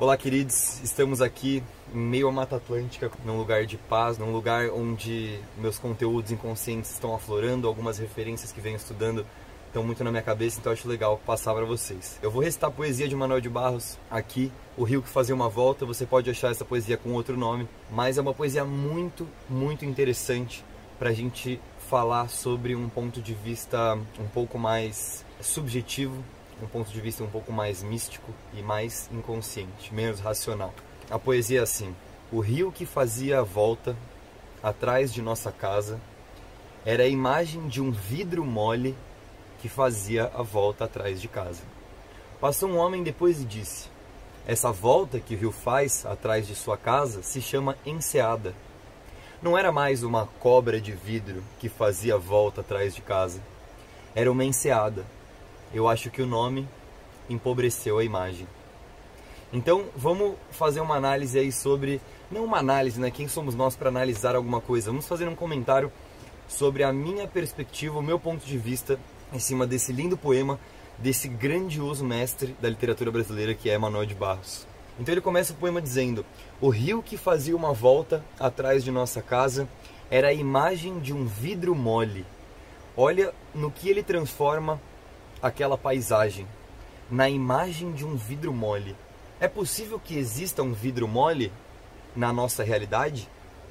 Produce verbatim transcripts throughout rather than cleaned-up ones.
Olá, queridos, estamos aqui em meio à Mata Atlântica, num lugar de paz, num lugar onde meus conteúdos inconscientes estão aflorando, algumas referências que venho estudando estão muito na minha cabeça, então eu acho legal passar para vocês. Eu vou recitar a poesia de Manuel de Barros aqui, O Rio que Fazia Uma Volta. Você pode achar essa poesia com outro nome, mas é uma poesia muito, muito interessante para a gente falar sobre um ponto de vista um pouco mais subjetivo, um ponto de vista um pouco mais místico e mais inconsciente, menos racional. A poesia é assim: o rio que fazia a volta atrás de nossa casa era a imagem de um vidro mole que fazia a volta atrás de casa. Passou um homem depois e disse: essa volta que o rio faz atrás de sua casa se chama enseada. Não era mais uma cobra de vidro que fazia a volta atrás de casa. Era uma enseada. Eu acho que o nome empobreceu a imagem. Então, vamos fazer uma análise aí sobre... Não uma análise, né? Quem somos nós para analisar alguma coisa? Vamos fazer um comentário sobre a minha perspectiva, o meu ponto de vista em cima desse lindo poema, desse grandioso mestre da literatura brasileira que é Manuel de Barros. Então ele começa o poema dizendo: o rio que fazia uma volta atrás de nossa casa era a imagem de um vidro mole. Olha no que ele transforma aquela paisagem, na imagem de um vidro mole. É possível que exista um vidro mole na nossa realidade?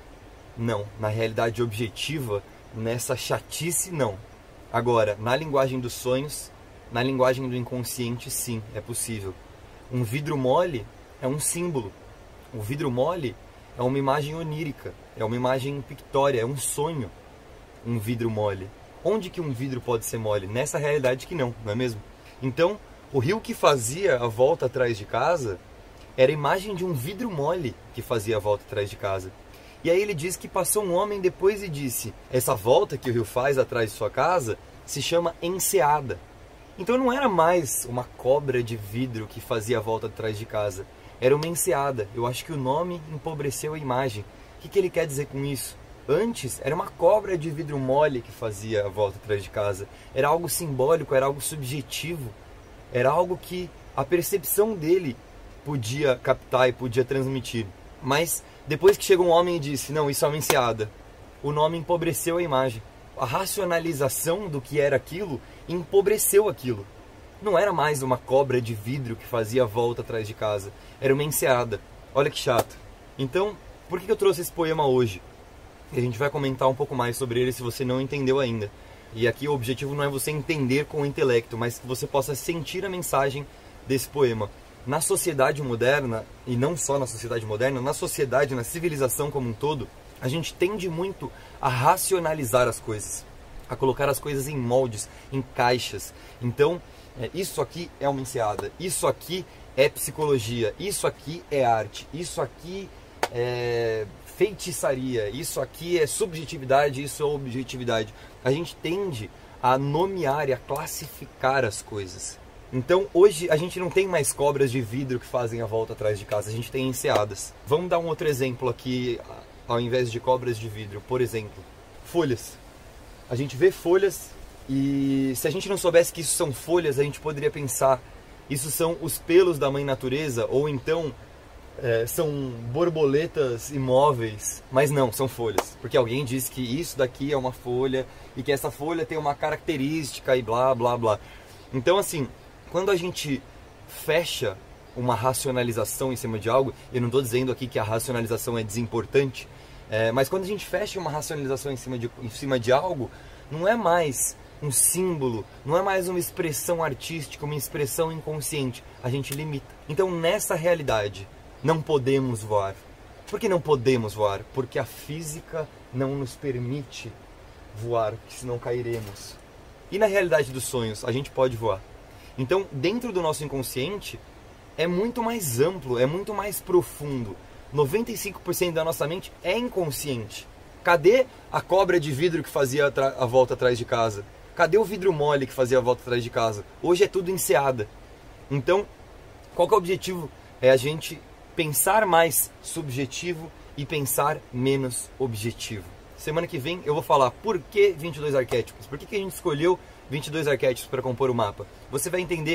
Não, na realidade objetiva, nessa chatice, não. Agora, na linguagem dos sonhos, na linguagem do inconsciente, sim, é possível. Um vidro mole é um símbolo. O vidro mole é uma imagem onírica, é uma imagem pictória, é um sonho, um vidro mole. Onde que um vidro pode ser mole? Nessa realidade que não, não é mesmo? Então, o rio que fazia a volta atrás de casa era a imagem de um vidro mole que fazia a volta atrás de casa. E aí ele diz que passou um homem depois e disse: essa volta que o rio faz atrás de sua casa se chama enseada. Então não era mais uma cobra de vidro que fazia a volta atrás de casa, era uma enseada. Eu acho que o nome empobreceu a imagem. O que que ele quer dizer com isso? Antes era uma cobra de vidro mole que fazia a volta atrás de casa. Era algo simbólico, era algo subjetivo. Era algo que a percepção dele podia captar e podia transmitir. Mas depois que chega um homem e disse: não, isso é uma enseada, o nome empobreceu a imagem. A racionalização do que era aquilo empobreceu aquilo. Não era mais uma cobra de vidro que fazia a volta atrás de casa. Era uma enseada. Olha que chato. Então, por que eu trouxe esse poema hoje? E a gente vai comentar um pouco mais sobre ele se você não entendeu ainda. E aqui o objetivo não é você entender com o intelecto, mas que você possa sentir a mensagem desse poema. Na sociedade moderna, e não só na sociedade moderna, na sociedade, na civilização como um todo, a gente tende muito a racionalizar as coisas, a colocar as coisas em moldes, em caixas. Então, é, isso aqui é uma enseada, isso aqui é psicologia, isso aqui é arte, isso aqui é feitiçaria, isso aqui é subjetividade, isso é objetividade. A gente tende a nomear e a classificar as coisas. Então hoje a gente não tem mais cobras de vidro que fazem a volta atrás de casa, a gente tem enseadas. Vamos dar um outro exemplo aqui, ao invés de cobras de vidro. Por exemplo, folhas. A gente vê folhas e se a gente não soubesse que isso são folhas, a gente poderia pensar: isso são os pelos da mãe natureza, ou então É, são borboletas imóveis, mas não, são folhas, porque alguém disse que isso daqui é uma folha e que essa folha tem uma característica e blá blá blá. Então assim, quando a gente fecha uma racionalização em cima de algo, eu não estou dizendo aqui que a racionalização é desimportante, é, mas quando a gente fecha uma racionalização em cima, de, em cima de algo, não é mais um símbolo, não é mais uma expressão artística, uma expressão inconsciente, a gente limita. Então nessa realidade, não podemos voar. Por que não podemos voar? Porque a física não nos permite voar, porque senão cairemos. E na realidade dos sonhos, a gente pode voar. Então, dentro do nosso inconsciente, é muito mais amplo, é muito mais profundo. noventa e cinco por cento da nossa mente é inconsciente. Cadê a cobra de vidro que fazia a volta atrás de casa? Cadê o vidro mole que fazia a volta atrás de casa? Hoje é tudo enseada. Então, qual que é o objetivo? É a gente pensar mais subjetivo e pensar menos objetivo. Semana que vem eu vou falar por que vinte e dois arquétipos, por que, que a gente escolheu vinte e dois arquétipos para compor o mapa. Você vai entender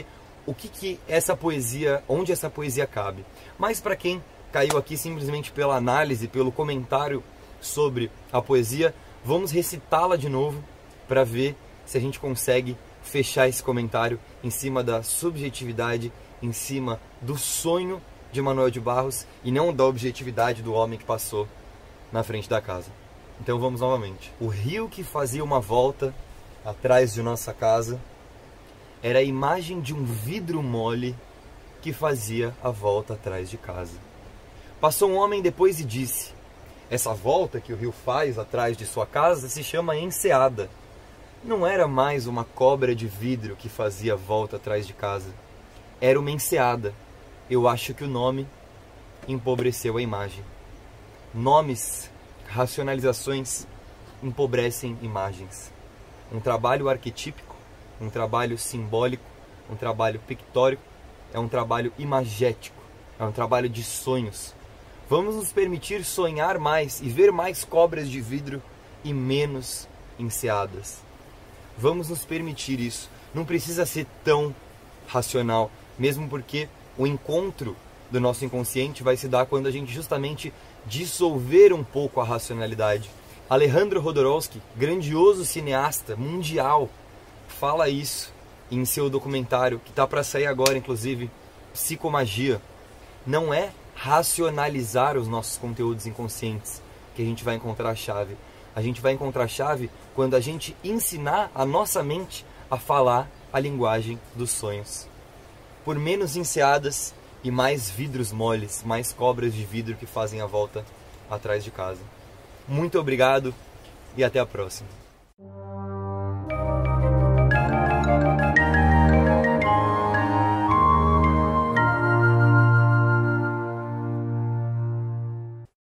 o que que essa poesia, onde essa poesia cabe. Mas para quem caiu aqui simplesmente pela análise, pelo comentário sobre a poesia, vamos recitá-la de novo para ver se a gente consegue fechar esse comentário em cima da subjetividade, em cima do sonho de Manuel de Barros e não da objetividade do homem que passou na frente da casa. Então vamos novamente. O rio que fazia uma volta atrás de nossa casa era a imagem de um vidro mole que fazia a volta atrás de casa. Passou um homem depois e disse: essa volta que o rio faz atrás de sua casa se chama enseada. Não era mais uma cobra de vidro que fazia a volta atrás de casa. Era uma enseada. Eu acho que o nome empobreceu a imagem. Nomes, racionalizações empobrecem imagens. Um trabalho arquetípico, um trabalho simbólico, um trabalho pictórico, é um trabalho imagético, é um trabalho de sonhos. Vamos nos permitir sonhar mais e ver mais cobras de vidro e menos enseadas. Vamos nos permitir isso. Não precisa ser tão racional, mesmo porque o encontro do nosso inconsciente vai se dar quando a gente justamente dissolver um pouco a racionalidade. Alejandro Jodorowsky, grandioso cineasta mundial, fala isso em seu documentário, que está para sair agora, inclusive, Psicomagia. Não é racionalizar os nossos conteúdos inconscientes que a gente vai encontrar a chave. A gente vai encontrar a chave quando a gente ensinar a nossa mente a falar a linguagem dos sonhos. Por menos enseadas e mais vidros moles, mais cobras de vidro que fazem a volta atrás de casa. Muito obrigado e até a próxima.